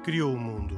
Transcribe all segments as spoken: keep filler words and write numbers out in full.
criou o mundo.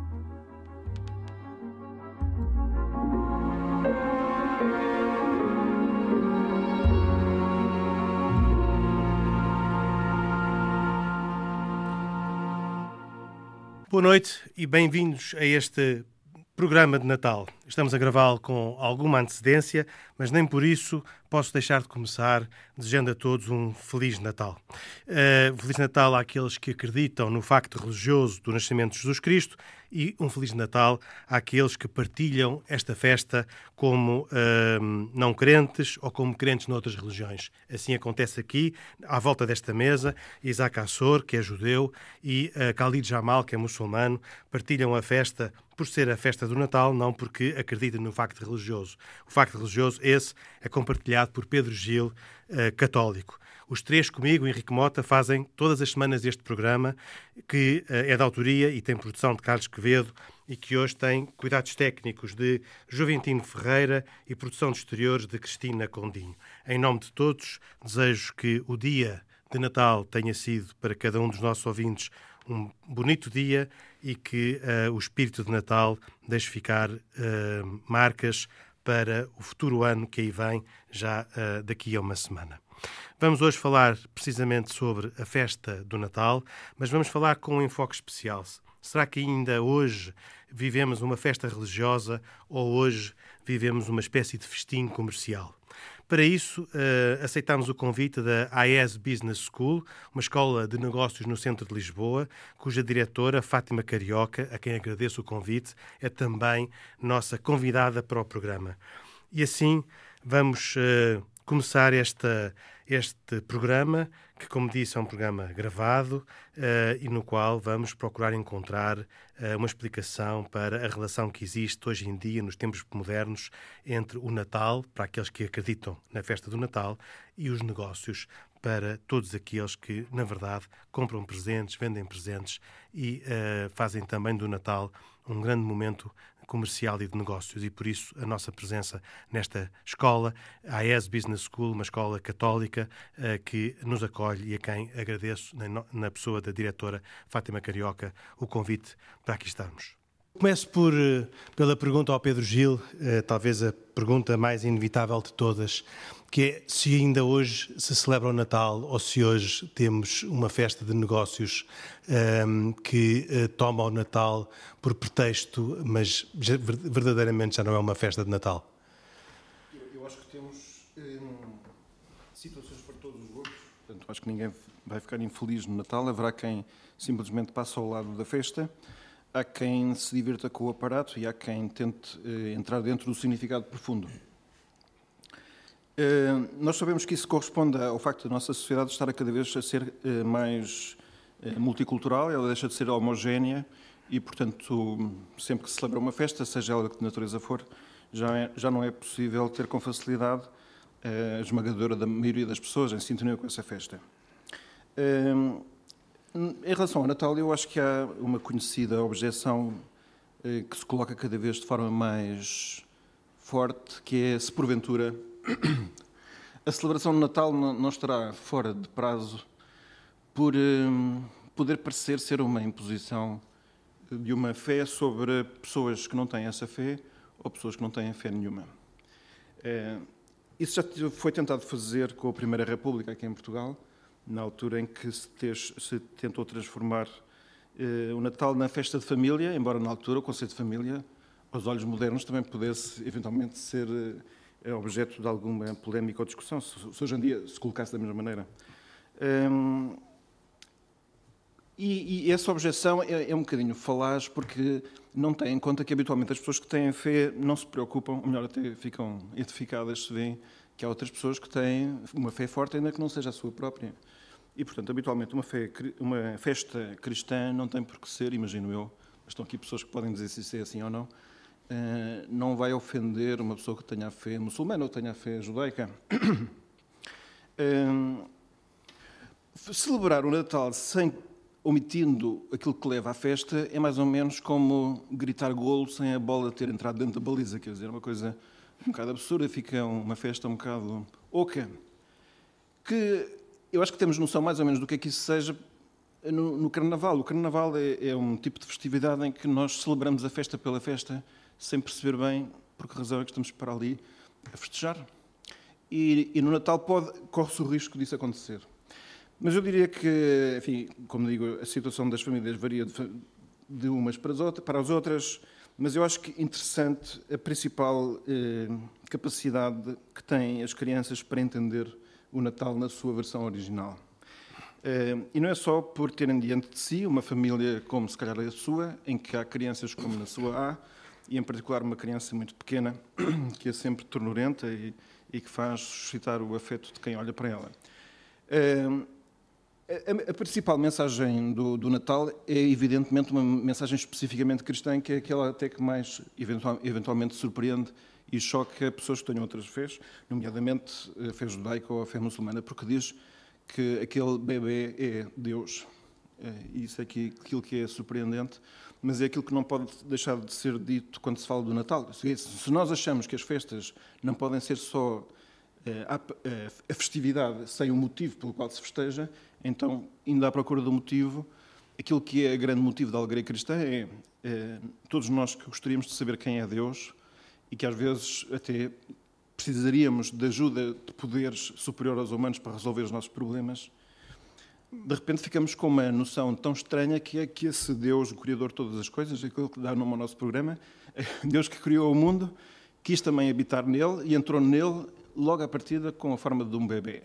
Boa noite e bem-vindos a este programa de Natal. Estamos a gravá-lo com alguma antecedência, mas nem por isso posso deixar de começar desejando a todos um Feliz Natal. Uh, Feliz Natal àqueles que acreditam no facto religioso do nascimento de Jesus Cristo e um Feliz Natal àqueles que partilham esta festa como uh, não crentes ou como crentes noutras religiões. Assim acontece aqui, à volta desta mesa, Isaac Assor, que é judeu, e uh, Khalid Jamal, que é muçulmano, partilham a festa por ser a festa do Natal, não porque acreditam no facto religioso. O facto religioso, esse, é compartilhado por Pedro Gil, uh, católico. Os três comigo, Henrique Mota, fazem todas as semanas este programa, que uh, é da autoria e tem produção de Carlos Quevedo e que hoje tem cuidados técnicos de Juventino Ferreira e produção de exteriores de Cristina Condinho. Em nome de todos, desejo que o dia de Natal tenha sido para cada um dos nossos ouvintes um bonito dia e que uh, o espírito de Natal deixe ficar uh, marcas para o futuro ano que aí vem, já uh, daqui a uma semana. Vamos hoje falar precisamente sobre a festa do Natal, mas vamos falar com um enfoque especial. Será que ainda hoje vivemos uma festa religiosa ou hoje vivemos uma espécie de festim comercial? Para isso, uh, aceitámos o convite da A E S Business School, uma escola de negócios no centro de Lisboa, cuja diretora, Fátima Carioca, a quem agradeço o convite, é também nossa convidada para o programa. E assim vamos uh, começar esta, este programa, que, como disse, é um programa gravado uh, e no qual vamos procurar encontrar uh, uma explicação para a relação que existe hoje em dia, nos tempos modernos, entre o Natal, para aqueles que acreditam na festa do Natal, e os negócios, para todos aqueles que, na verdade, compram presentes, vendem presentes e uh, fazem também do Natal um grande momento comercial e de negócios, e por isso a nossa presença nesta escola, a A E S Business School, uma escola católica uh, que nos acolhe e a quem agradeço, na, na pessoa da diretora Fátima Carioca, o convite para aqui estarmos. Começo por, uh, pela pergunta ao Pedro Gil, uh, talvez a pergunta mais inevitável de todas, que é se ainda hoje se celebra o Natal ou se hoje temos uma festa de negócios um, que uh, toma o Natal por pretexto, mas já, verdadeiramente já não é uma festa de Natal. Eu, eu acho que temos hum, situações para todos os gostos. Portanto, acho que ninguém vai ficar infeliz no Natal. Haverá quem simplesmente passe ao lado da festa. Há quem se divirta com o aparato e há quem tente uh, entrar dentro do significado profundo. Uh, nós sabemos que isso corresponde ao facto da nossa sociedade estar a cada vez a ser uh, mais uh, multicultural, ela deixa de ser homogénea e, portanto, sempre que se celebra uma festa, seja ela de que natureza for, já, é, já não é possível ter com facilidade uh, a esmagadora da maioria das pessoas em sintonia com essa festa. Uh, em relação ao Natal, eu acho que há uma conhecida objeção uh, que se coloca cada vez de forma mais forte, que é se porventura a celebração do Natal não estará fora de prazo por um, poder parecer ser uma imposição de uma fé sobre pessoas que não têm essa fé ou pessoas que não têm fé nenhuma. É, isso já foi tentado fazer com a Primeira República aqui em Portugal, na altura em que se, tez, se tentou transformar eh, o Natal na festa de família, embora na altura o conceito de família, aos olhos modernos, também pudesse eventualmente ser é objeto de alguma polémica ou discussão, se, se hoje em dia se colocasse da mesma maneira. Hum, e, e essa objeção é, é um bocadinho falaz, porque não tem em conta que habitualmente as pessoas que têm fé não se preocupam, ou melhor, até ficam edificadas se veem que há outras pessoas que têm uma fé forte, ainda que não seja a sua própria. E, portanto, habitualmente uma, fé, uma festa cristã não tem por que ser, imagino eu, mas estão aqui pessoas que podem dizer se é assim ou não, Uh, não vai ofender uma pessoa que tenha a fé muçulmana ou tenha a fé judaica. Uh, celebrar o Natal sem omitindo aquilo que leva à festa é mais ou menos como gritar golo sem a bola ter entrado dentro da baliza, quer dizer, uma coisa um bocado absurda, fica uma festa um bocado oca. Que eu acho que temos noção mais ou menos do que é que isso seja no, no Carnaval. O Carnaval é, é um tipo de festividade em que nós celebramos a festa pela festa, sem perceber bem por que razão é que estamos para ali a festejar. E, e no Natal pode, corre-se o risco disso acontecer. Mas eu diria que, enfim, como digo, a situação das famílias varia de, de umas para as, outras, para as outras, mas eu acho que interessante a principal eh, capacidade que têm as crianças para entender o Natal na sua versão original. Eh, e não é só por terem diante de si uma família como se calhar a sua, em que há crianças como na sua há, e em particular uma criança muito pequena, que é sempre ternurenta e, e que faz suscitar o afeto de quem olha para ela. Eh, A, a principal mensagem do, do Natal é, evidentemente, uma mensagem especificamente cristã, que é aquela até que mais eventual, eventualmente surpreende e choca pessoas que tenham outras fés, nomeadamente a fé judaica ou a fé muçulmana, porque diz que aquele bebê é Deus. E isso é aquilo que é surpreendente, mas é aquilo que não pode deixar de ser dito quando se fala do Natal. Se nós achamos que as festas não podem ser só a festividade sem o motivo pelo qual se festeja, então, indo à procura do motivo, aquilo que é o grande motivo da alegria cristã é, é todos nós que gostaríamos de saber quem é Deus e que às vezes até precisaríamos de ajuda de poderes superiores aos humanos para resolver os nossos problemas, de repente ficamos com uma noção tão estranha que é que esse Deus, o Criador de todas as coisas, aquilo que dá nome ao nosso programa, Deus que criou o mundo, quis também habitar nele e entrou nele logo à partida com a forma de um bebê.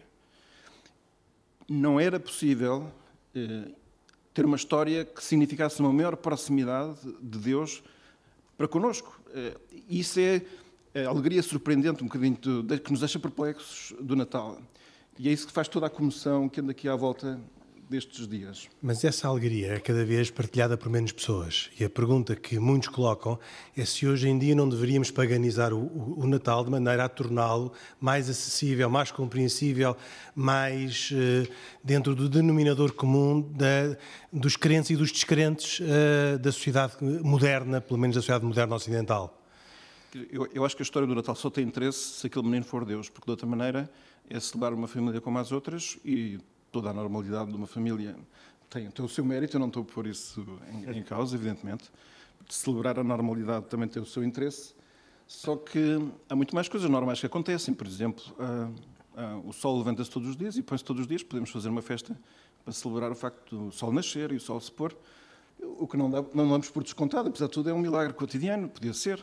Não era possível eh, ter uma história que significasse uma maior proximidade de Deus para connosco. Eh, isso é a alegria surpreendente, um bocadinho de, que nos deixa perplexos do Natal. E é isso que faz toda a comoção que anda aqui à volta destes dias. Mas essa alegria é cada vez partilhada por menos pessoas. E a pergunta que muitos colocam é se hoje em dia não deveríamos paganizar o, o, o Natal de maneira a torná-lo mais acessível, mais compreensível, mais uh, dentro do denominador comum da, dos crentes e dos descrentes uh, da sociedade moderna, pelo menos da sociedade moderna ocidental. Eu, eu acho que a história do Natal só tem interesse se aquele menino for Deus, porque de outra maneira é celebrar uma família como as outras e toda a normalidade de uma família tem, tem o seu mérito, eu não estou a pôr isso em, em causa, evidentemente. Celebrar a normalidade também tem o seu interesse, só que há muito mais coisas normais que acontecem. Por exemplo, uh, uh, o sol levanta-se todos os dias e põe-se todos os dias. Podemos fazer uma festa para celebrar o facto do sol nascer e o sol se pôr, o que não, dá, não damos por descontado, apesar de tudo é um milagre cotidiano, podia ser.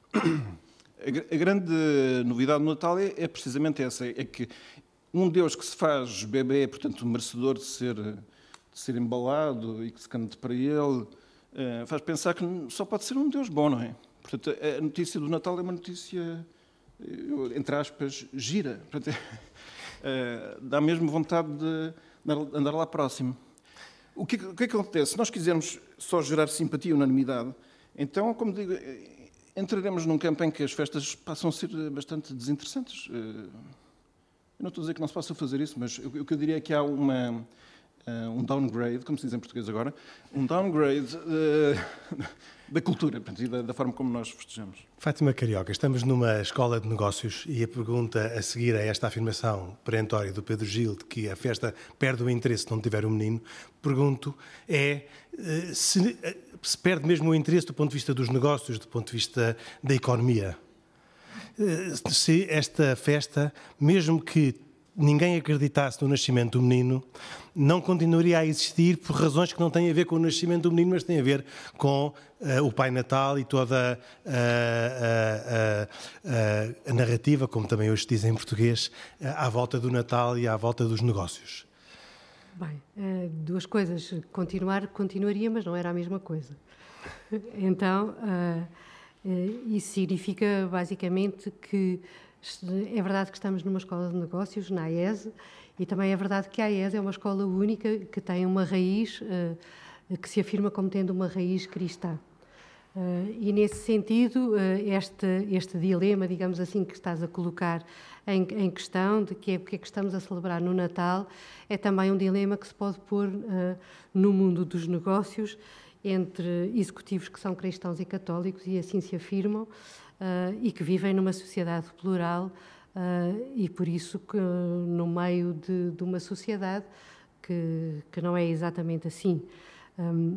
A, a grande novidade no Natal é, é precisamente essa, é que um Deus que se faz bebê, portanto, merecedor de ser, de ser embalado e que se cante para ele, faz pensar que só pode ser um Deus bom, não é? Portanto, a notícia do Natal é uma notícia, entre aspas, gira. Portanto, é, dá mesmo vontade de andar lá próximo. O que, o que é que acontece? Se nós quisermos só gerar simpatia e unanimidade, então, como digo, entraremos num campo em que as festas passam a ser bastante desinteressantes. Eu não estou a dizer que não se possa fazer isso, mas o que eu diria é que há uma, uh, um downgrade, como se diz em português agora, um downgrade uh, da cultura, portanto, e da, da forma como nós festejamos. Fátima Carioca, estamos numa escola de negócios e a pergunta a seguir a esta afirmação perentória do Pedro Gil de que a festa perde o interesse se não tiver um menino, pergunto é uh, se, uh, se perde mesmo o interesse do ponto de vista dos negócios, do ponto de vista da economia. Se esta festa, mesmo que ninguém acreditasse no nascimento do menino, não continuaria a existir por razões que não têm a ver com o nascimento do menino, mas têm a ver com uh, o Pai Natal e toda a, a, a, a narrativa, como também hoje se diz em português, à volta do Natal e à volta dos negócios. Bem, duas coisas. Continuar, continuaria, mas não era a mesma coisa. Então... Uh... Isso significa, basicamente, que é verdade que estamos numa escola de negócios, na A E S, e também é verdade que a A E S é uma escola única que tem uma raiz, que se afirma como tendo uma raiz cristã. E, nesse sentido, este, este dilema, digamos assim, que estás a colocar em, em questão, de que é porque é que estamos a celebrar no Natal, é também um dilema que se pode pôr no mundo dos negócios, entre executivos que são cristãos e católicos, e assim se afirmam, uh, e que vivem numa sociedade plural, uh, e por isso que no meio de, de uma sociedade que, que não é exatamente assim. Um,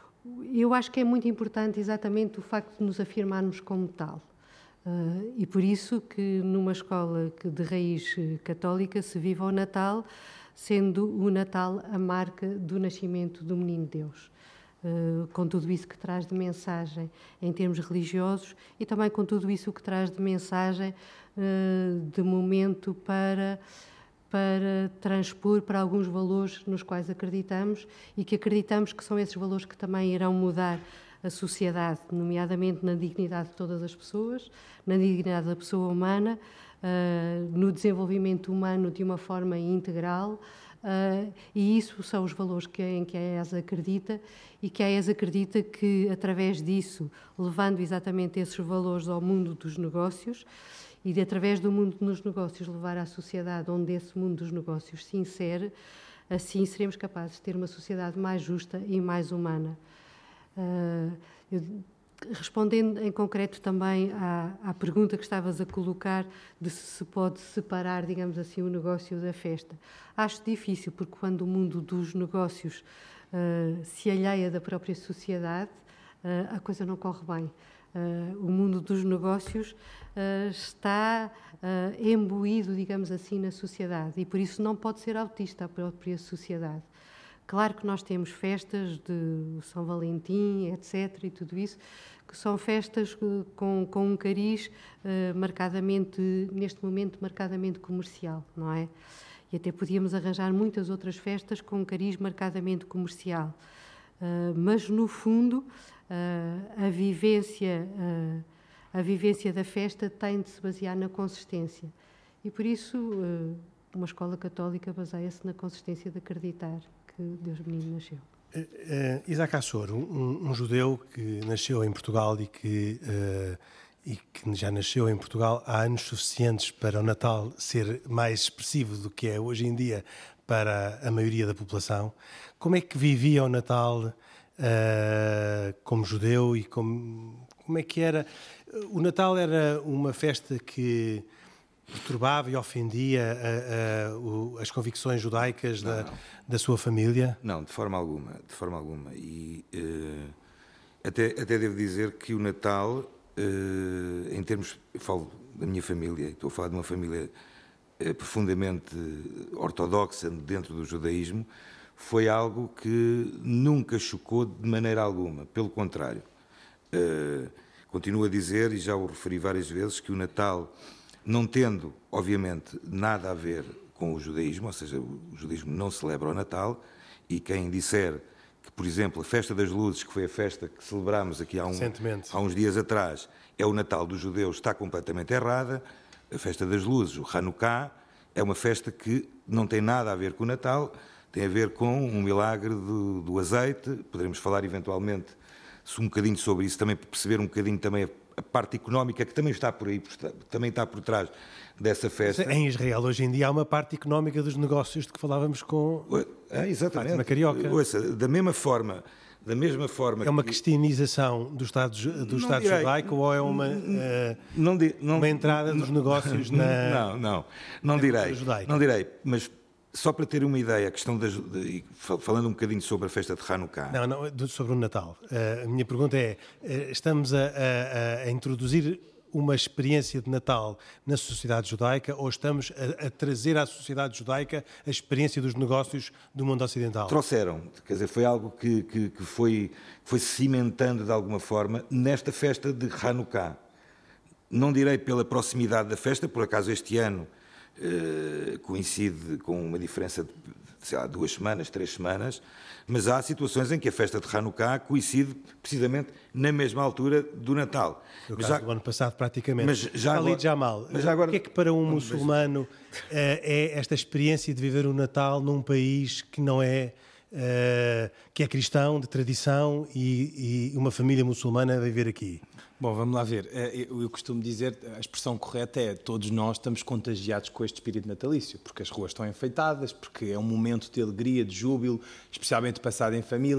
eu acho que é muito importante exatamente o facto de nos afirmarmos como tal. Uh, e por isso que numa escola que de raiz católica se vive o Natal, sendo o Natal a marca do nascimento do Menino Deus. Uh, com tudo isso que traz de mensagem em termos religiosos e também com tudo isso que traz de mensagem uh, de momento para, para transpor para alguns valores nos quais acreditamos e que acreditamos que são esses valores que também irão mudar a sociedade, nomeadamente na dignidade de todas as pessoas, na dignidade da pessoa humana, uh, no desenvolvimento humano de uma forma integral. Uh, e isso são os valores que, em que a E S acredita e que a E S acredita que, através disso, levando exatamente esses valores ao mundo dos negócios e de, através do mundo dos negócios, levar à sociedade onde esse mundo dos negócios se insere, assim seremos capazes de ter uma sociedade mais justa e mais humana. Uh, eu, respondendo em concreto também à, à pergunta que estavas a colocar de se se pode separar, digamos assim, o negócio da festa. Acho difícil, porque quando o mundo dos negócios uh, se alheia da própria sociedade, uh, a coisa não corre bem. Uh, o mundo dos negócios uh, está uh, imbuído, digamos assim, na sociedade e por isso não pode ser autista a própria sociedade. Claro que nós temos festas de São Valentim, etcétera, e tudo isso, que são festas com, com um cariz uh, marcadamente, neste momento, marcadamente comercial, não é? E até podíamos arranjar muitas outras festas com um cariz marcadamente comercial. Uh, mas, no fundo, uh, a, vivência, uh, a vivência da festa tem de se basear na consistência. E, por isso, uh, uma escola católica baseia-se na consistência de acreditar que Deus Menino nasceu. Uh, uh, Isaac Assor, um, um judeu que nasceu em Portugal e que, uh, e que já nasceu em Portugal há anos suficientes para o Natal ser mais expressivo do que é hoje em dia para a maioria da população. Como é que vivia o Natal uh, como judeu e como, como é que era? O Natal era uma festa que perturbava e ofendia a, a, o, as convicções judaicas não, da, não. da sua família? Não, de forma alguma, de forma alguma. E uh, até, até devo dizer que o Natal, uh, em termos, eu falo da minha família, estou a falar de uma família uh, profundamente ortodoxa dentro do judaísmo, foi algo que nunca chocou de maneira alguma, pelo contrário. Uh, continuo a dizer, e já o referi várias vezes, que o Natal, não tendo, obviamente, nada a ver com o judaísmo, ou seja, o judaísmo não celebra o Natal, e quem disser que, por exemplo, a Festa das Luzes, que foi a festa que celebrámos aqui há, um, há uns dias atrás, é o Natal dos judeus, está completamente errada. A Festa das Luzes, o Hanukkah, é uma festa que não tem nada a ver com o Natal, tem a ver com um milagre do, do azeite. Poderemos falar eventualmente um bocadinho sobre isso, também para perceber um bocadinho também a a parte económica que também está por aí, também está por trás dessa festa. Em Israel, hoje em dia, há uma parte económica dos negócios de que falávamos com é, exatamente. Fátima Carioca. Ouça, da mesma forma, da mesma forma é uma que... cristianização do Estado, do Estado direi, judaico ou é uma, uh, não di, não, uma entrada não, dos negócios na... Não, não, não direi, não direi, mas... Só para ter uma ideia, a questão das, de, falando um bocadinho sobre a festa de Hanukkah. Não, não, sobre o Natal. Uh, a minha pergunta é, uh, estamos a, a, a introduzir uma experiência de Natal na sociedade judaica ou estamos a, a trazer à sociedade judaica a experiência dos negócios do mundo ocidental? Trouxeram, quer dizer, foi algo que, que, que foi, foi cimentando de alguma forma nesta festa de Hanukkah. Não direi pela proximidade da festa, por acaso este ano Uh, coincide com uma diferença de, sei lá, duas semanas, três semanas, mas há situações em que a festa de Hanukkah coincide precisamente na mesma altura do Natal. No caso já, do ano passado, praticamente. Mas já agora, Ali Jamal, mas já agora, o que é que para um muçulmano uh, é esta experiência de viver o Natal num país que não é, uh, que é cristão, de tradição e, e uma família muçulmana a viver aqui? Bom, vamos lá ver. Eu costumo dizer, a expressão correta é todos nós estamos contagiados com este espírito natalício, porque as ruas estão enfeitadas, porque é um momento de alegria, de júbilo, especialmente passado em família.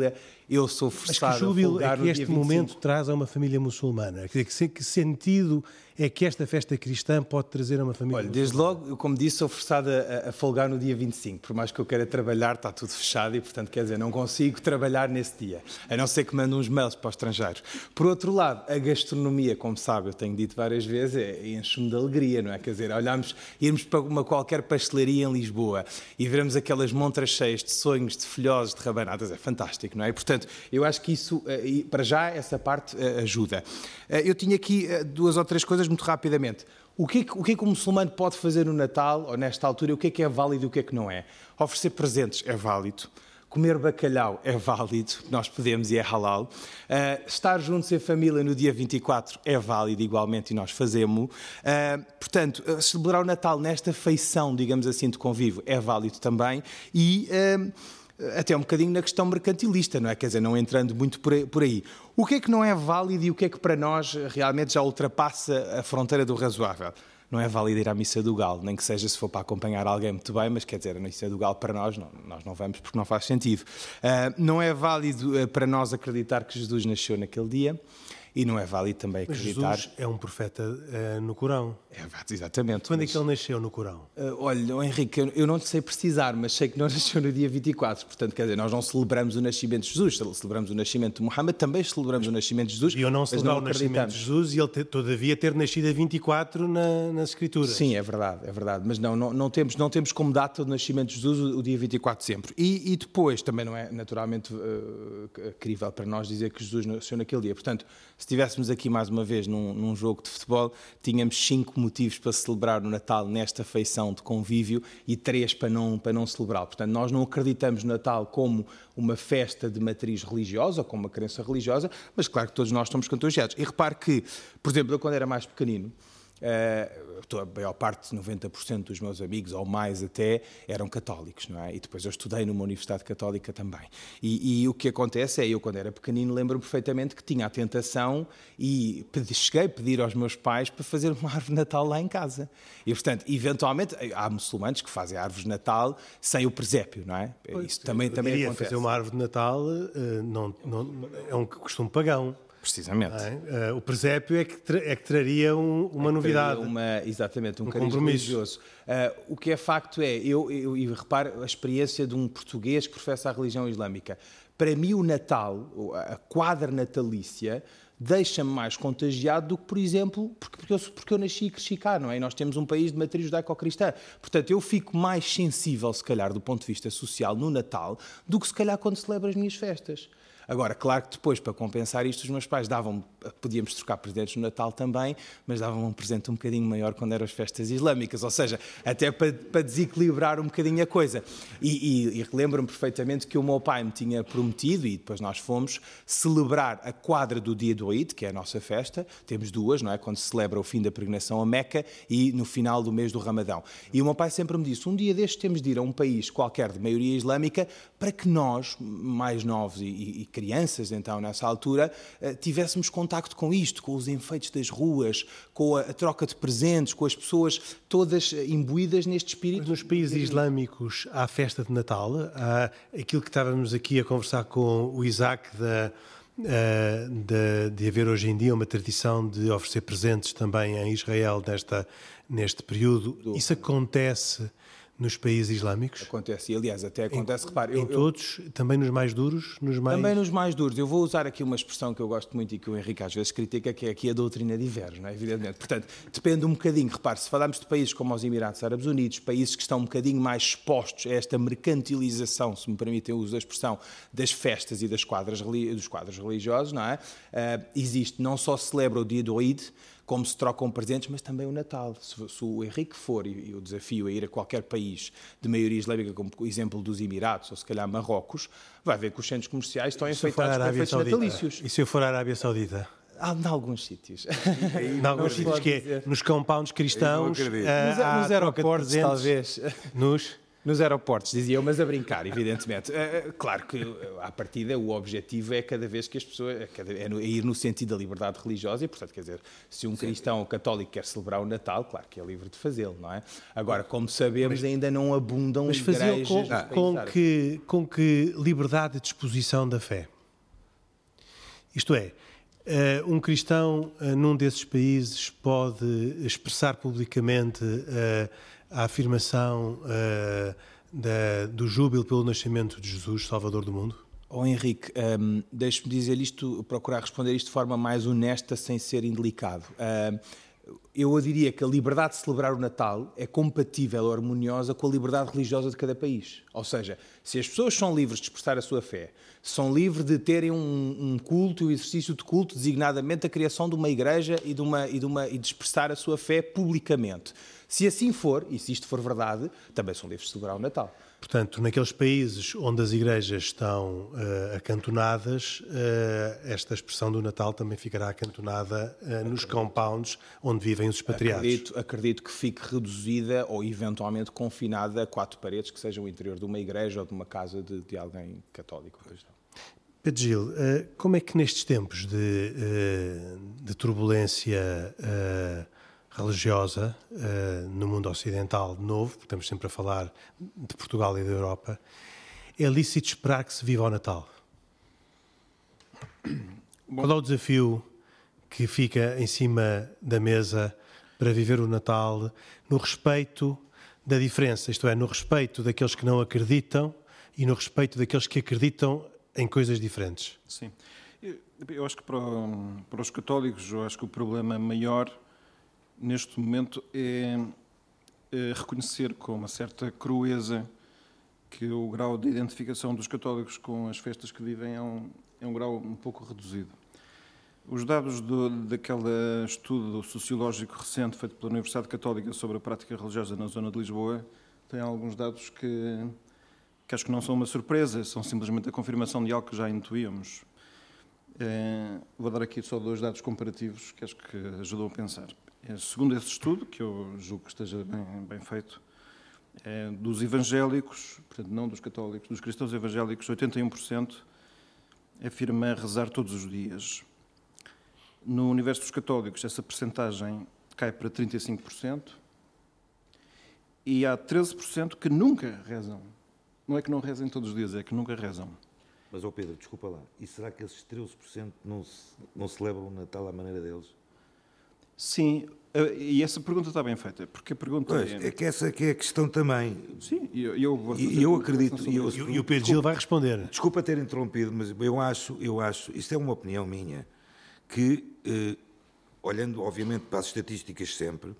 eu sou forçado Mas que júbilo a folgar é que no este dia vinte e cinco. momento traz a uma família muçulmana? Quer dizer, que sentido é que esta festa cristã pode trazer a uma família Olha, muçulmana? desde logo, eu, como disse, sou forçado a, a folgar no dia vinte e cinco, por mais que eu queira trabalhar, está tudo fechado e, portanto, quer dizer, não consigo trabalhar nesse dia, a não ser que mande uns mails para os estrangeiros. Por outro lado, a gastronomia, como sabe, eu tenho dito várias vezes, é, enche-me de alegria, não é? Quer dizer, olharmos, irmos para uma qualquer pastelaria em Lisboa e vermos aquelas montras cheias de sonhos, de folhosos, de rabanadas, é fantástico, não é? E, portanto, eu acho que isso, para já, essa parte ajuda. Eu tinha aqui duas ou três coisas muito rapidamente. O que, é que, o que é que o muçulmano pode fazer no Natal, ou nesta altura, o que é que é válido e o que é que não é? Oferecer presentes é válido. Comer bacalhau é válido, nós podemos e é halal. Uh, estar juntos em família no dia vinte e quatro é válido igualmente e nós fazemos. Uh, portanto, uh, celebrar o Natal nesta feição, digamos assim, de convívio é válido também. E uh, até um bocadinho na questão mercantilista, não é? Quer dizer, não entrando muito por aí. O que é que não é válido e o que é que para nós realmente já ultrapassa a fronteira do razoável? Não é válido ir à Missa do Galo, nem que seja se for para acompanhar alguém muito bem, mas quer dizer, a Missa do Galo para nós, não, nós não vamos porque não faz sentido. Uh, não é válido uh, para nós acreditar que Jesus nasceu naquele dia e não é válido também acreditar... Mas Jesus é um profeta uh, no Corão. É, exatamente. Quando mas... é que ele nasceu no Corão? Uh, olha, oh, Henrique, eu, eu não te sei precisar, mas sei que não nasceu no dia vinte e quatro, portanto, quer dizer, nós não celebramos o nascimento de Jesus, celebramos o nascimento de Muhammad, também celebramos o nascimento de Jesus, e eu não mas celebrar não o nascimento de Jesus e ele ter, todavia ter nascido a vinte e quatro na, nas Escrituras. Sim, é verdade, é verdade, mas não, não, não, temos, não temos como data o nascimento de Jesus o, o dia vinte e quatro sempre. E, e depois, também não é naturalmente uh, crível para nós dizer que Jesus nasceu naquele dia, portanto, se estivéssemos aqui mais uma vez num, num jogo de futebol, tínhamos cinco motivos para celebrar o Natal nesta feição de convívio e três para não, para não celebrar. Portanto, nós não acreditamos no Natal como uma festa de matriz religiosa ou como uma crença religiosa, mas claro que todos nós estamos contagiados. E repare que, por exemplo, eu quando era mais pequenino, Uh, a maior parte, noventa por cento dos meus amigos, ou mais até, eram católicos, não é? E depois eu estudei numa universidade católica também. E, e o que acontece é, eu quando era pequenino lembro-me perfeitamente que tinha a tentação e pedi, cheguei a pedir aos meus pais para fazer uma árvore de Natal lá em casa. E, portanto, eventualmente, há muçulmanos que fazem árvores de Natal sem o presépio, não é? Pois, isso também, também diria, acontece. Fazer uma árvore de Natal uh, não, não, é um costume pagão. Precisamente. É? Uh, o presépio é que, tra é que traria um, uma é novidade. Uma, exatamente, um, um cariz religioso. Uh, o que é facto é, eu, eu, eu reparo a experiência de um português que professa a religião islâmica. Para mim o Natal, a quadra natalícia, deixa-me mais contagiado do que, por exemplo, porque, porque, eu, porque eu nasci e cresci cá, não é? E nós temos um país de matriz judaico-cristã. Portanto, eu fico mais sensível, se calhar, do ponto de vista social no Natal, do que, se calhar, quando celebro as minhas festas. Agora, claro que depois, para compensar isto, os meus pais davam, podíamos trocar presentes no Natal também, mas davam um presente um bocadinho maior quando eram as festas islâmicas, ou seja, até para, para desequilibrar um bocadinho a coisa. E, e, e lembro-me perfeitamente que o meu pai me tinha prometido, e depois nós fomos, celebrar a quadra do dia do Eid, que é a nossa festa, temos duas, não é? Quando se celebra o fim da peregrinação a Meca e no final do mês do Ramadão. E o meu pai sempre me disse, um dia destes temos de ir a um país qualquer de maioria islâmica para que nós, mais novos e, e, e crianças, então, nessa altura, tivéssemos contacto com isto, com os enfeites das ruas, com a, a troca de presentes, com as pessoas todas imbuídas neste espírito. Mas nos países islâmicos há festa de Natal, há aquilo que estávamos aqui a conversar com o Isaac, da, de, de haver hoje em dia uma tradição de oferecer presentes também em Israel nesta, neste período. Isso acontece nos países islâmicos? Acontece, e aliás até acontece, em, repare... Em eu, todos, eu, também nos mais duros? Nos mais... Também nos mais duros. Eu vou usar aqui uma expressão que eu gosto muito e que o Henrique às vezes critica, que é aqui a doutrina diverge, não é? Evidentemente. Portanto, depende um bocadinho. Repare, se falarmos de países como os Emirados Árabes Unidos, países que estão um bocadinho mais expostos a esta mercantilização, se me permitem o uso da expressão, das festas e das quadras, dos quadros religiosos, não é? Uh, existe, não só se celebra o dia do Eid, como se trocam presentes, mas também o Natal. Se, se o Henrique for, e, e o desafio é ir a qualquer país de maioria islâmica, como o exemplo dos Emirados, ou se calhar Marrocos, vai ver que os centros comerciais estão enfeitados com efeitos natalícios. E se eu for à Arábia Saudita? Há em alguns sítios. Em alguns sítios que é, nos compounds cristãos, uh, nos, nos aeroportos, talvez. Nos... Nos aeroportos, dizia eu, mas a brincar, evidentemente. Uh, claro que, à partida, o objetivo é cada vez que as pessoas... É, é ir no sentido da liberdade religiosa e, portanto, quer dizer, se um cristão ou católico quer celebrar o Natal, claro que é livre de fazê-lo, não é? Agora, como sabemos, mas, ainda não abundam mas igrejas... Com, com, que, com que liberdade de exposição da fé? Isto é, uh, um cristão uh, num desses países pode expressar publicamente uh, a afirmação uh, da, do júbilo pelo nascimento de Jesus, Salvador do mundo? Oh, Henrique, um, deixe-me dizer isto, procurar responder isto de forma mais honesta, sem ser indelicado. Uh, eu diria que a liberdade de celebrar o Natal é compatível ou harmoniosa com a liberdade religiosa de cada país. Ou seja, se as pessoas são livres de expressar a sua fé, são livres de terem um, um culto e um exercício de culto, designadamente a criação de uma igreja e de, uma, e, de uma, e de expressar a sua fé publicamente. Se assim for, e se isto for verdade, também são livres de celebrar o Natal. Portanto, naqueles países onde as igrejas estão uh, acantonadas, uh, esta expressão do Natal também ficará acantonada uh, nos compounds onde vivem os expatriados. Acredito, acredito que fique reduzida ou eventualmente confinada a quatro paredes, que seja o interior de uma igreja ou de uma casa de, de alguém católico. Pedro Gil, uh, como é que nestes tempos de, uh, de turbulência uh, religiosa uh, no mundo ocidental novo, porque estamos sempre a falar de Portugal e da Europa, é lícito esperar que se viva o Natal? Bom. Qual é o desafio que fica em cima da mesa para viver o Natal no respeito da diferença, isto é, no respeito daqueles que não acreditam e no respeito daqueles que acreditam em coisas diferentes? Sim. Eu, eu acho que para, para os católicos, eu acho que o problema maior neste momento é, é reconhecer com uma certa crueza que o grau de identificação dos católicos com as festas que vivem é um, é um grau um pouco reduzido. Os dados do, daquele estudo sociológico recente feito pela Universidade Católica sobre a prática religiosa na zona de Lisboa têm alguns dados que, que acho que não são uma surpresa, são simplesmente a confirmação de algo que já intuíamos. É, vou dar aqui só dois dados comparativos que acho que ajudam a pensar. É, segundo esse estudo, que eu julgo que esteja bem, bem feito, é, dos evangélicos, portanto não dos católicos, dos cristãos evangélicos, oitenta e um por cento afirma rezar todos os dias. No universo dos católicos, essa percentagem cai para trinta e cinco por cento e há treze por cento que nunca rezam. Não é que não rezem todos os dias, é que nunca rezam. Mas, ó Pedro, desculpa lá, e será que esses treze por cento não, se, não celebram o Natal à maneira deles? Sim, e essa pergunta está bem feita, porque a pergunta pois, é... é que essa que é a questão também. Sim, e eu, eu vou E eu acredito... E, eu, e o Pedro Gil vai responder. Desculpa ter interrompido, mas eu acho, eu acho, isto é uma opinião minha, que, eh, olhando obviamente para as estatísticas sempre,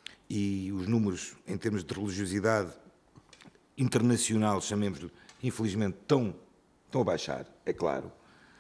e os números em termos de religiosidade internacional, chamemos-lhe, infelizmente, estão, estão a baixar, é claro.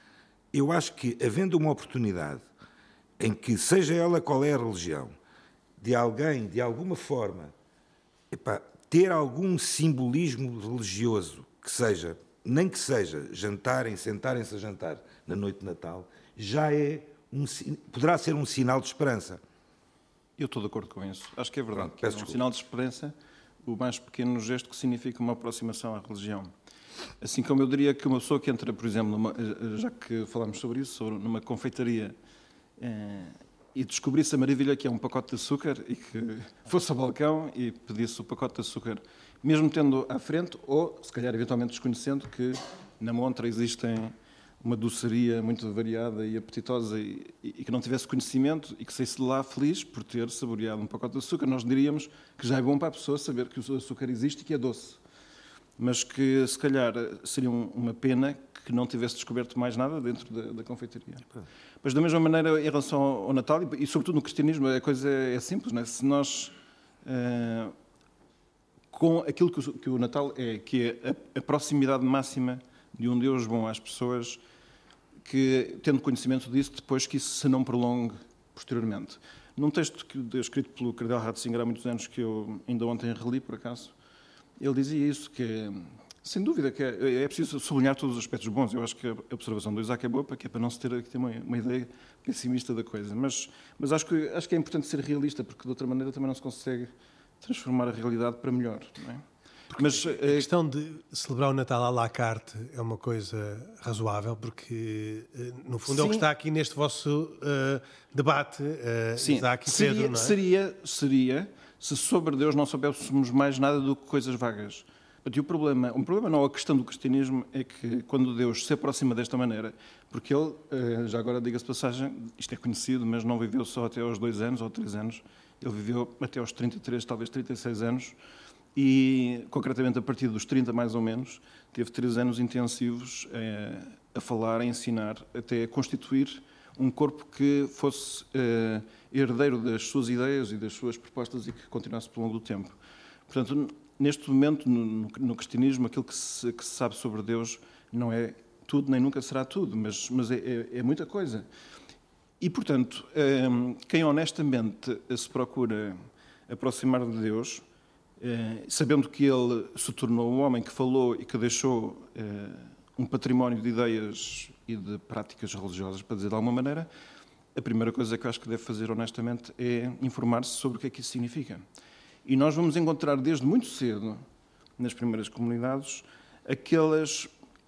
Eu acho que, havendo uma oportunidade em que, seja ela qual é a religião, de alguém, de alguma forma, epá, ter algum simbolismo religioso, que seja, nem que seja jantarem, sentarem-se a jantar na noite de Natal, já é um, poderá ser um sinal de esperança. Eu estou de acordo com isso. Acho que é verdade. Pronto, que é um desculpa. Sinal de esperança, o mais pequeno gesto que significa uma aproximação à religião. Assim como eu diria que uma pessoa que entra, por exemplo, numa, já que falámos sobre isso, sobre numa confeitaria, eh, e descobrisse a maravilha que é um pacote de açúcar e que fosse ao balcão e pedisse o pacote de açúcar, mesmo tendo à frente, ou se calhar eventualmente desconhecendo que na montra existem uma doçaria muito variada e apetitosa e, e que não tivesse conhecimento e que saísse de lá feliz por ter saboreado um pacote de açúcar, nós diríamos que já é bom para a pessoa saber que o açúcar existe e que é doce. Mas que, se calhar, seria uma pena que não tivesse descoberto mais nada dentro da, da confeitaria. Mas, da mesma maneira, em relação ao Natal, e, e sobretudo no cristianismo, a coisa é, é simples, não é? Se nós, uh, com aquilo que o, que o Natal é, que é a, a proximidade máxima de um Deus bom às pessoas, que, tendo conhecimento disso, depois que isso se não prolongue posteriormente. Num texto que, escrito pelo Cardeal Ratzinger há muitos anos, que eu ainda ontem reli, por acaso, ele dizia isso, que, sem dúvida, que é, é preciso sublinhar todos os aspectos bons. Eu acho que a observação do Isaac é boa, porque é para não se ter, ter uma, uma ideia pessimista da coisa. Mas, mas acho, que, acho que é importante ser realista, porque de outra maneira também não se consegue transformar a realidade para melhor. Não é? Mas a questão de celebrar o Natal à la carte é uma coisa razoável, porque, no fundo, Sim. é o que está aqui neste vosso uh, debate, uh, Sim. Isaac e seria, Pedro, não é? Seria, seria, se sobre Deus não soubéssemos mais nada do que coisas vagas. E o problema, um problema não, a questão do cristianismo é que quando Deus se aproxima desta maneira, porque ele, já agora diga-se de passagem, isto é conhecido, mas não viveu só até aos dois anos ou três anos, ele viveu até aos trinta e três, talvez trinta e seis anos, e concretamente a partir dos trinta mais ou menos, teve três anos intensivos eh, a falar, a ensinar, até a constituir um corpo que fosse eh, herdeiro das suas ideias e das suas propostas e que continuasse pelo longo do tempo. Portanto, neste momento, no, no cristianismo, aquilo que se, que se sabe sobre Deus não é tudo, nem nunca será tudo, mas, mas é, é, é muita coisa. E, portanto, eh, quem honestamente se procura aproximar de Deus, eh, sabendo que Ele se tornou um homem que falou e que deixou eh, um património de ideias e de práticas religiosas, para dizer de alguma maneira, a primeira coisa que eu acho que deve fazer honestamente é informar-se sobre o que é que isso significa. E nós vamos encontrar desde muito cedo, nas primeiras comunidades, aquelas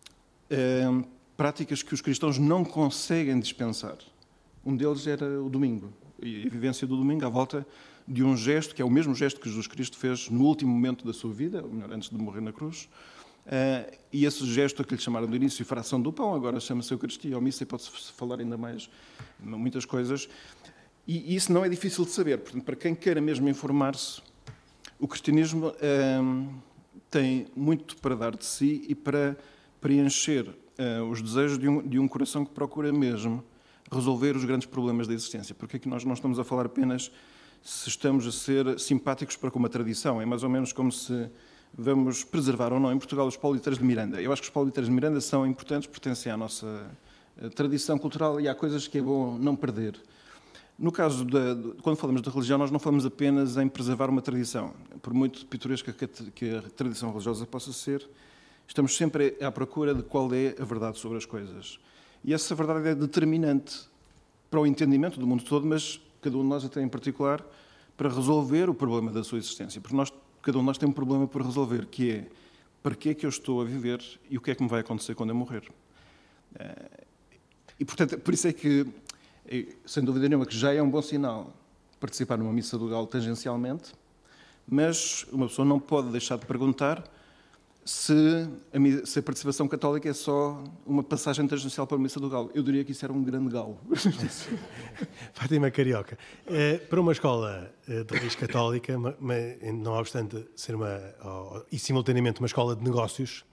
eh, práticas que os cristãos não conseguem dispensar. Um deles era o domingo, e a vivência do domingo à volta de um gesto, que é o mesmo gesto que Jesus Cristo fez no último momento da sua vida, ou melhor, antes de morrer na cruz. Uh, e esse gesto a que lhe chamaram do início, fração do pão, agora chama-se Eucaristia ou Missa, e pode-se falar ainda mais, muitas coisas. E isso não é difícil de saber. Portanto, para quem queira mesmo informar-se, o cristianismo uh, tem muito para dar de si e para preencher uh, os desejos de um, de um coração que procura mesmo resolver os grandes problemas da existência. Porque aqui nós não estamos a falar apenas se estamos a ser simpáticos para com uma tradição. É mais ou menos como se vamos preservar ou não em Portugal os pauliteiros de Miranda. Eu acho que os pauliteiros de Miranda são importantes, pertencem à nossa tradição cultural e há coisas que é bom não perder. No caso, de, quando falamos de religião, nós não falamos apenas em preservar uma tradição. Por muito pitoresca que a tradição religiosa possa ser, estamos sempre à procura de qual é a verdade sobre as coisas. E essa verdade é determinante para o entendimento do mundo todo, mas cada um de nós até em particular, para resolver o problema da sua existência. Porque nós, cada um de nós tem um problema por resolver, que é para que é que eu estou a viver e o que é que me vai acontecer quando eu morrer. E, portanto, por isso é que, sem dúvida nenhuma, que já é um bom sinal participar numa missa do galo tangencialmente, mas uma pessoa não pode deixar de perguntar se a, se a participação católica é só uma passagem tangencial para a missa do galo. Eu diria que isso era um grande galo. Fátima Carioca, para uma escola de raiz católica, não obstante ser uma, e simultaneamente uma escola de negócios,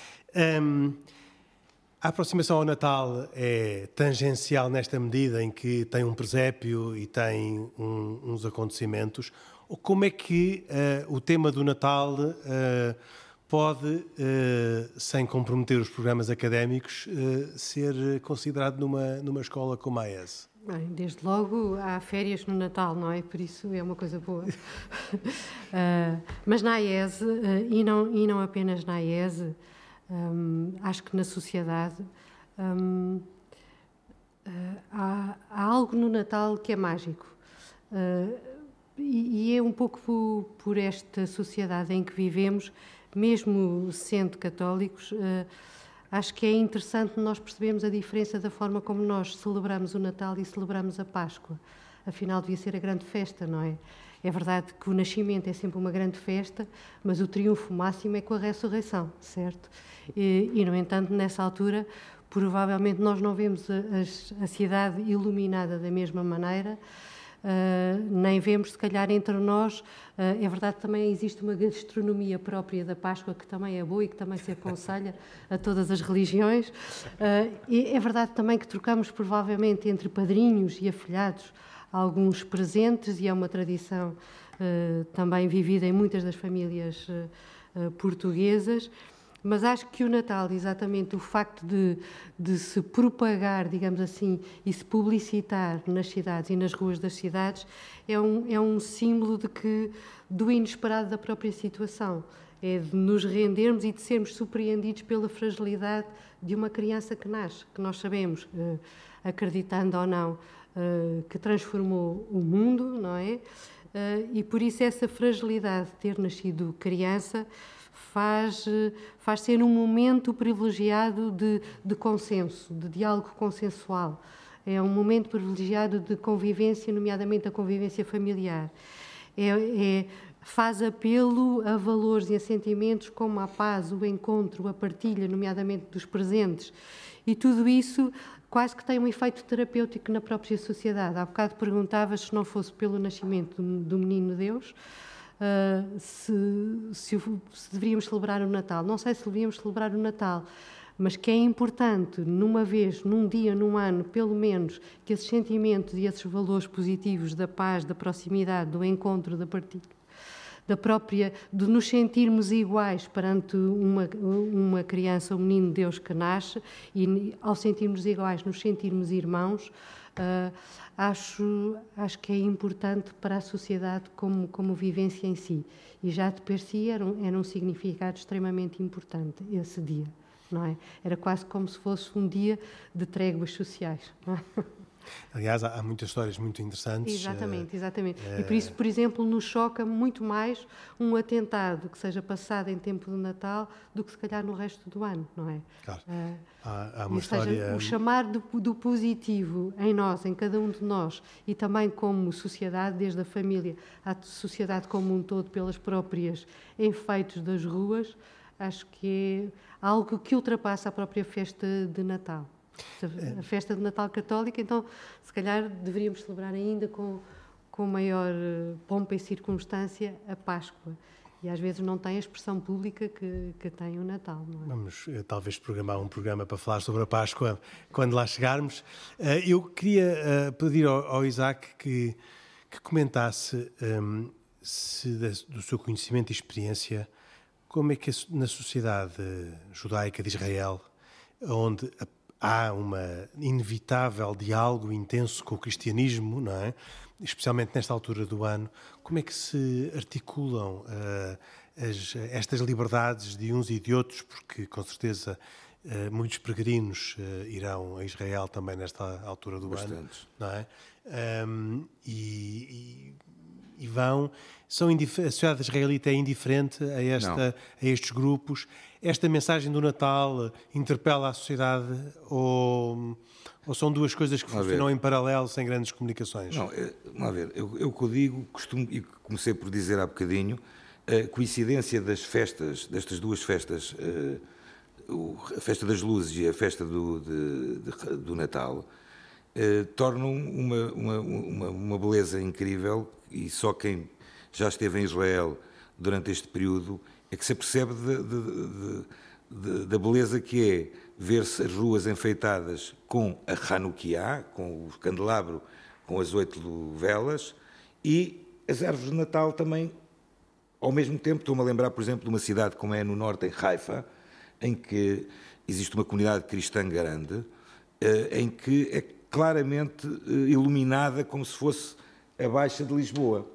a aproximação ao Natal é tangencial nesta medida em que tem um presépio e tem um, uns acontecimentos. Como é que uh, o tema do Natal uh, pode, uh, sem comprometer os programas académicos, uh, ser considerado numa, numa escola como a E S? Bem, desde logo há férias no Natal, não é? Por isso é uma coisa boa. uh, mas na A E S, uh, e, não, e não apenas na A E S, um, acho que na sociedade um, uh, há, há algo no Natal que é mágico. Uh, e, e é um pouco por, por esta sociedade em que vivemos, mesmo sendo católicos, uh, acho que é interessante nós percebermos a diferença da forma como nós celebramos o Natal e celebramos a Páscoa. Afinal, devia ser a grande festa, não é? É verdade que o nascimento é sempre uma grande festa, mas o triunfo máximo é com a ressurreição, certo? E, e no entanto, nessa altura, provavelmente nós não vemos a, a, a cidade iluminada da mesma maneira, Uh, nem vemos, se calhar, entre nós. Uh, é verdade que também existe uma gastronomia própria da Páscoa que também é boa e que também se aconselha a todas as religiões. Uh, e é verdade também que trocamos, provavelmente, entre padrinhos e afilhados, alguns presentes, e é uma tradição uh, também vivida em muitas das famílias uh, uh, portuguesas. Mas acho que o Natal, exatamente o facto de, de se propagar, digamos assim, e se publicitar nas cidades e nas ruas das cidades, é um, é um símbolo de que, do inesperado da própria situação. É de nos rendermos e de sermos surpreendidos pela fragilidade de uma criança que nasce, que nós sabemos, eh, acreditando ou não, eh, que transformou o mundo, não é? Eh, e por isso essa fragilidade de ter nascido criança faz, faz ser um momento privilegiado de, de consenso, de diálogo consensual. É um momento privilegiado de convivência, nomeadamente a convivência familiar. é, é, faz apelo a valores e a sentimentos como a paz, o encontro, a partilha, nomeadamente dos presentes. E tudo isso quase que tem um efeito terapêutico na própria sociedade. Há bocado perguntavas se não fosse pelo nascimento do, do menino Deus, uh, se, se, se deveríamos celebrar o Natal. Não sei se deveríamos celebrar o Natal, mas que é importante, numa vez, num dia, num ano, pelo menos, que esses sentimentos e esses valores positivos da paz, da proximidade, do encontro, da partilha, da própria, de nos sentirmos iguais perante uma, uma criança, um menino Deus que nasce, e ao sentirmos iguais, nos sentirmos irmãos, uh, acho, acho que é importante para a sociedade como, como vivência em si. E já de per si era um, era um significado extremamente importante esse dia, não é? Era quase como se fosse um dia de tréguas sociais, não é? Aliás, há, há muitas histórias muito interessantes. Exatamente, exatamente. Uh, e por isso, por exemplo, nos choca muito mais um atentado que seja passado em tempo de Natal do que se calhar no resto do ano, não é? Claro. Uh, há, há uma ou história... seja, o chamar do, do positivo em nós, em cada um de nós, e também como sociedade, desde a família à sociedade como um todo, pelas próprias enfeites das ruas, acho que é algo que ultrapassa a própria festa de Natal. A festa de Natal católica, então, se calhar deveríamos celebrar ainda com, com maior pompa e circunstância a Páscoa. E às vezes não tem a expressão pública que, que tem o Natal. Não é? Vamos eh, talvez programar um programa para falar sobre a Páscoa quando lá chegarmos. Uh, eu queria uh, pedir ao, ao Isaac que, que comentasse um, se da, do seu conhecimento e experiência como é que na sociedade judaica de Israel, onde a há um inevitável diálogo intenso com o cristianismo, não é? Especialmente nesta altura do ano, como é que se articulam uh, as, estas liberdades de uns e de outros, porque com certeza uh, muitos peregrinos uh, irão a Israel também nesta altura do Bastantes. ano, não é? Um, e, e, e vão... São a sociedade israelita é indiferente a, esta, a estes grupos. Esta mensagem do Natal interpela a sociedade ou, ou são duas coisas que Vamos funcionam ver. em paralelo sem grandes comunicações? Não, é, vamos ver. Eu, eu que eu digo, costumo, e comecei por dizer há bocadinho, a coincidência das festas, destas duas festas, uh, a festa das luzes e a festa do, de, de, do Natal, uh, tornam uma, uma, uma, uma beleza incrível e só quem já esteve em Israel durante este período é que se apercebe de, de, de, de, da beleza que é ver-se as ruas enfeitadas com a Hanukkah, com o candelabro, com as oito velas, e as árvores de Natal também, ao mesmo tempo. Estou-me a lembrar, por exemplo, de uma cidade como é no norte, em Haifa, em que existe uma comunidade cristã grande, em que é claramente iluminada como se fosse a Baixa de Lisboa.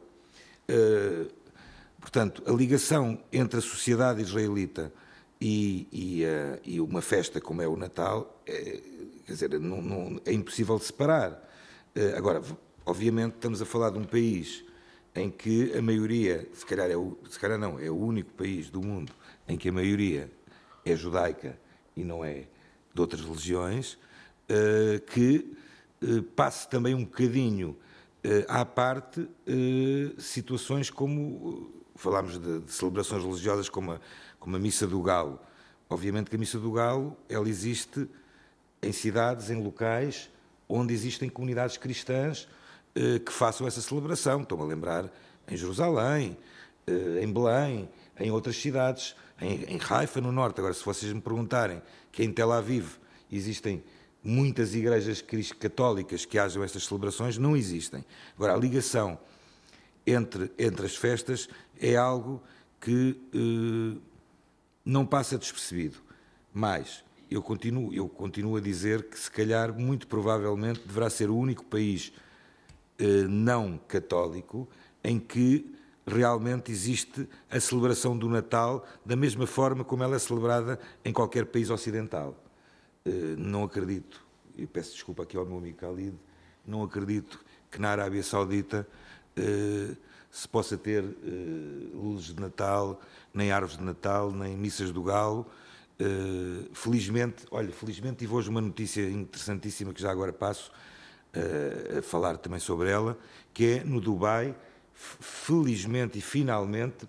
Portanto, a ligação entre a sociedade israelita e, e, uh, e uma festa como é o Natal, é, quer dizer, não, não, é impossível de separar. Uh, agora, obviamente, estamos a falar de um país em que a maioria, se calhar, é o, se calhar não, é o único país do mundo em que a maioria é judaica e não é de outras religiões, uh, que uh, passe também um bocadinho uh, à parte uh, situações como... Uh, falámos de, de celebrações religiosas como a, como a Missa do Galo. Obviamente que a Missa do Galo, ela existe em cidades, em locais onde existem comunidades cristãs eh, que façam essa celebração. Estou-me a lembrar em Jerusalém, eh, em Belém, em outras cidades, em, em Haifa, no norte. Agora, se vocês me perguntarem que em Tel Aviv existem muitas igrejas católicas que hajam estas celebrações, não existem. Agora, a ligação Entre, entre as festas é algo que eh, não passa despercebido. Mas eu continuo, eu continuo a dizer que, se calhar, muito provavelmente, deverá ser o único país eh, não católico em que realmente existe a celebração do Natal da mesma forma como ela é celebrada em qualquer país ocidental. Eh, não acredito, e peço desculpa aqui ao meu amigo Khalid, não acredito que na Arábia Saudita Uh, se possa ter uh, luzes de Natal, nem árvores de Natal, nem missas do Galo. Uh, felizmente, olha, felizmente tive hoje uma notícia interessantíssima que já agora passo uh, a falar também sobre ela, que é no Dubai felizmente e finalmente,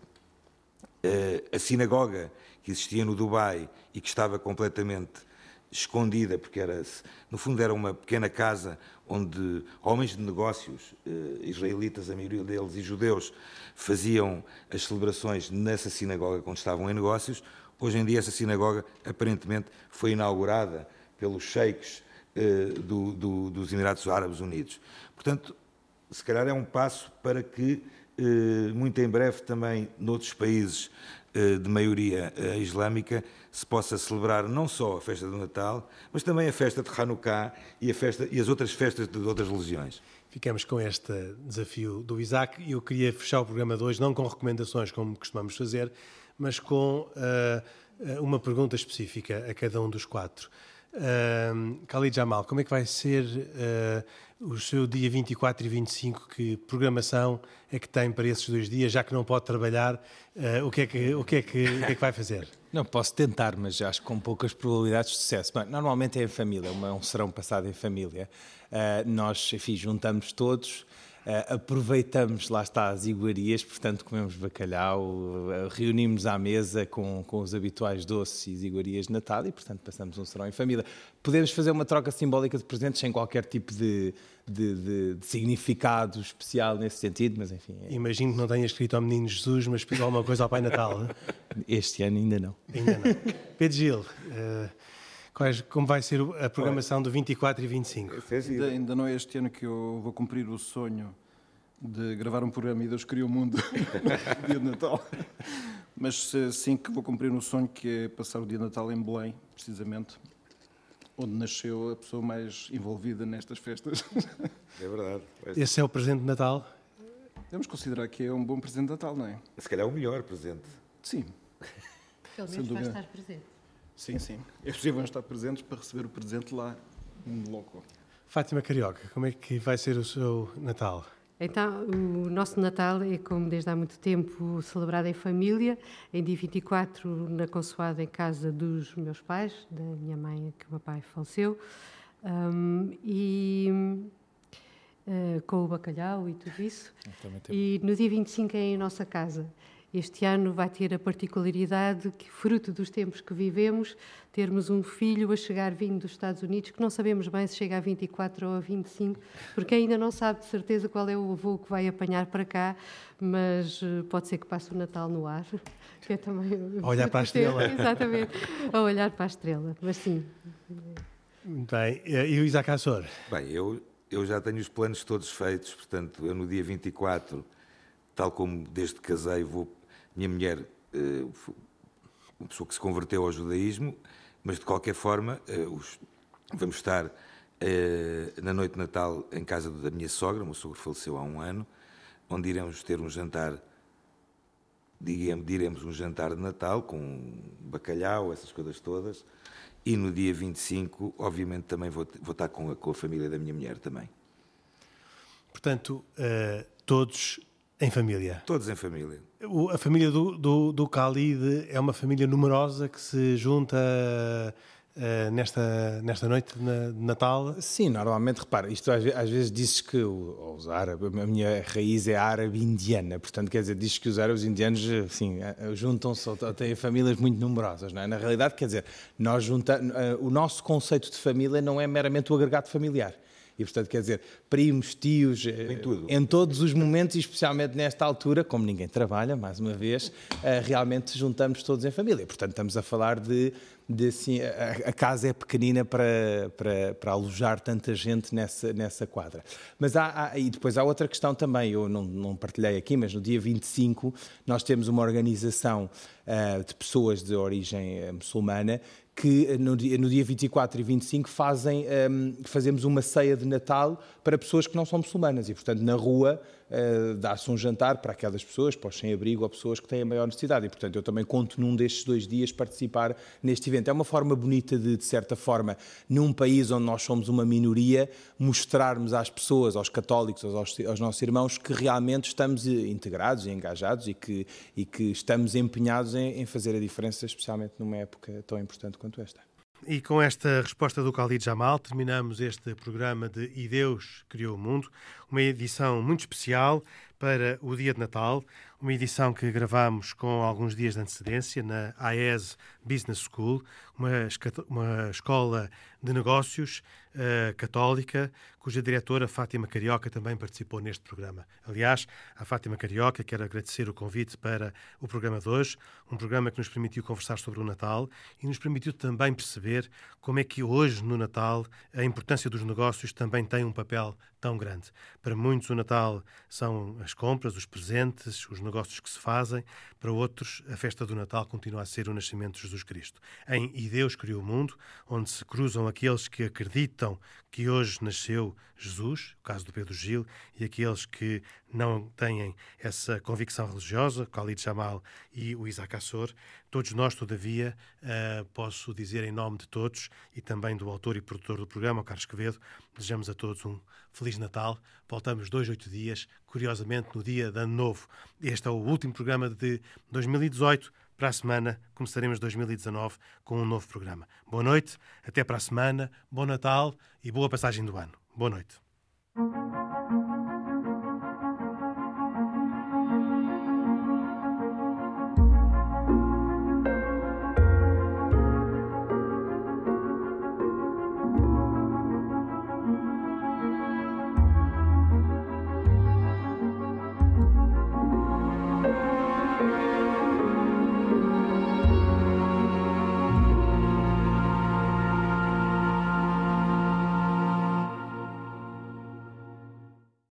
a sinagoga que existia no Dubai e que estava completamente escondida, porque era, no fundo era uma pequena casa onde homens de negócios, israelitas, a maioria deles, e judeus, faziam as celebrações nessa sinagoga quando estavam em negócios. Hoje em dia essa sinagoga, aparentemente, foi inaugurada pelos sheiks do, do, dos Emirados Árabes Unidos. Portanto, se calhar é um passo para que, muito em breve, também noutros países de maioria islâmica, se possa celebrar não só a festa do Natal, mas também a festa de Hanukkah e, a festa, e as outras festas de outras religiões. Ficamos com este desafio do Isaac e eu queria fechar o programa de hoje, não com recomendações, como costumamos fazer, mas com uh, uma pergunta específica a cada um dos quatro. Uh, Khalid Jamal, como é que vai ser uh, o seu dia vinte e quatro e vinte e cinco? Que programação é que tem para esses dois dias, já que não pode trabalhar? Uh, o, que é que, o, que é que, o que é que vai fazer? Não, posso tentar, mas acho que com poucas probabilidades de sucesso. Bem, normalmente é em família, uma, um serão passado em família. Uh, nós, enfim, juntamos todos, uh, aproveitamos, lá está, as iguarias, portanto comemos bacalhau, uh, reunimos à mesa com, com os habituais doces e iguarias de Natal e, portanto, passamos um serão em família. Podemos fazer uma troca simbólica de presentes sem qualquer tipo de, de, de, de significado especial nesse sentido, mas enfim... É... Imagino que não tenha escrito ao Menino Jesus, mas pediu alguma coisa ao Pai Natal, não? Este ano ainda não. Ainda não. Pedro Gil, uh, quais, como vai ser a programação do vinte e quatro e vinte e cinco? Ainda, ainda não é este ano que eu vou cumprir o sonho de gravar um programa e Deus criou o mundo no dia de Natal. Mas sim que vou cumprir um sonho que é passar o dia de Natal em Belém, precisamente, onde nasceu a pessoa mais envolvida nestas festas. É verdade. Esse é o presente de Natal? Podemos considerar que é um bom presente de Natal, não é? Se calhar é o melhor presente. Sim. Pelo menos vai estar presente. Sim, sim. É possível estar presentes para receber o presente lá, no local. Fátima Carioca, como é que vai ser o seu Natal? Então, o nosso Natal é, como desde há muito tempo, celebrado em família. Em dia vinte e quatro, na consoada em casa dos meus pais, da minha mãe, que o meu pai faleceu, um, e uh, com o bacalhau e tudo isso. E no dia vinte e cinco é em nossa casa. Este ano vai ter a particularidade que, fruto dos tempos que vivemos, termos um filho a chegar vindo dos Estados Unidos, que não sabemos bem se chega a vinte e quatro ou a vinte e cinco, porque ainda não sabe de certeza qual é o voo que vai apanhar para cá, mas pode ser que passe o Natal no ar. Que é também a olhar para a estrela. Exatamente, a olhar para a estrela, mas sim. Muito bem. E o Isaac Assor? Bem, eu, eu já tenho os planos todos feitos, portanto, eu no dia vinte e quatro, tal como desde que casei, vou... Minha mulher, uma pessoa que se converteu ao judaísmo, mas de qualquer forma vamos estar na noite de Natal em casa da minha sogra, o meu sogro faleceu há um ano, onde iremos ter um jantar, digamos, diremos um jantar de Natal com bacalhau, essas coisas todas, e no dia vinte e cinco, obviamente, também vou, vou estar com a, com a família da minha mulher também. Portanto, uh, todos em família? Todos em família. O, a família do, do, do Khalid é uma família numerosa que se junta uh, nesta, nesta noite de Natal? Sim, normalmente, repara, isto às, às vezes diz que os árabes, a minha raiz é árabe-indiana, portanto, quer dizer, diz que os árabes indianos, assim, juntam-se, têm famílias muito numerosas, não é? Na realidade, quer dizer, nós junta, o nosso conceito de família não é meramente o agregado familiar. E, portanto, quer dizer, primos, tios, em todos os momentos, e especialmente nesta altura, como ninguém trabalha, mais uma vez, realmente juntamos todos em família. Portanto, estamos a falar de, de assim, a, a casa é pequenina para, para, para alojar tanta gente nessa, nessa quadra. Mas há, há, e depois há outra questão também, eu não, não partilhei aqui, mas no dia vinte e cinco nós temos uma organização uh, de pessoas de origem uh, muçulmana, que no dia, no dia vinte e quatro e vinte e cinco fazem, um, fazemos uma ceia de Natal para pessoas que não são muçulmanas e, portanto, na rua uh, dá-se um jantar para aquelas pessoas, para os sem-abrigo ou pessoas que têm a maior necessidade. E, portanto, eu também conto num destes dois dias participar neste evento. É uma forma bonita de, de certa forma, num país onde nós somos uma minoria, mostrarmos às pessoas, aos católicos, aos, aos nossos irmãos, que realmente estamos integrados e engajados e que, e que estamos empenhados em, em fazer a diferença, especialmente numa época tão importante quanto esta. E com esta resposta do Khalid Jamal, terminamos este programa de E Deus Criou o Mundo, uma edição muito especial para o dia de Natal, uma edição que gravamos com alguns dias de antecedência na A E S Business School, uma, uma escola de negócios uh, católica, cuja diretora, Fátima Carioca, também participou neste programa. Aliás, a Fátima Carioca, quero agradecer o convite para o programa de hoje, um programa que nos permitiu conversar sobre o Natal e nos permitiu também perceber como é que hoje, no Natal, a importância dos negócios também tem um papel tão grande. Para muitos, o Natal são as compras, os presentes, os negócios que se fazem. Para outros, a festa do Natal continua a ser o nascimento de Jesus Cristo. Em E Deus Criou o Mundo, onde se cruzam aqueles que acreditam que hoje nasceu Jesus, o caso do Pedro Gil, e aqueles que não têm essa convicção religiosa, Khalid Jamal e o Isaac Assor. Todos nós, todavia, uh, posso dizer em nome de todos e também do autor e produtor do programa, o Carlos Quevedo, desejamos a todos um Feliz Natal. Voltamos dois, oito dias, curiosamente no dia de Ano Novo. Este é o último programa de dois mil e dezoito. Para a semana começaremos dois mil e dezanove com um novo programa. Boa noite, até para a semana, bom Natal e boa passagem do ano. Boa noite.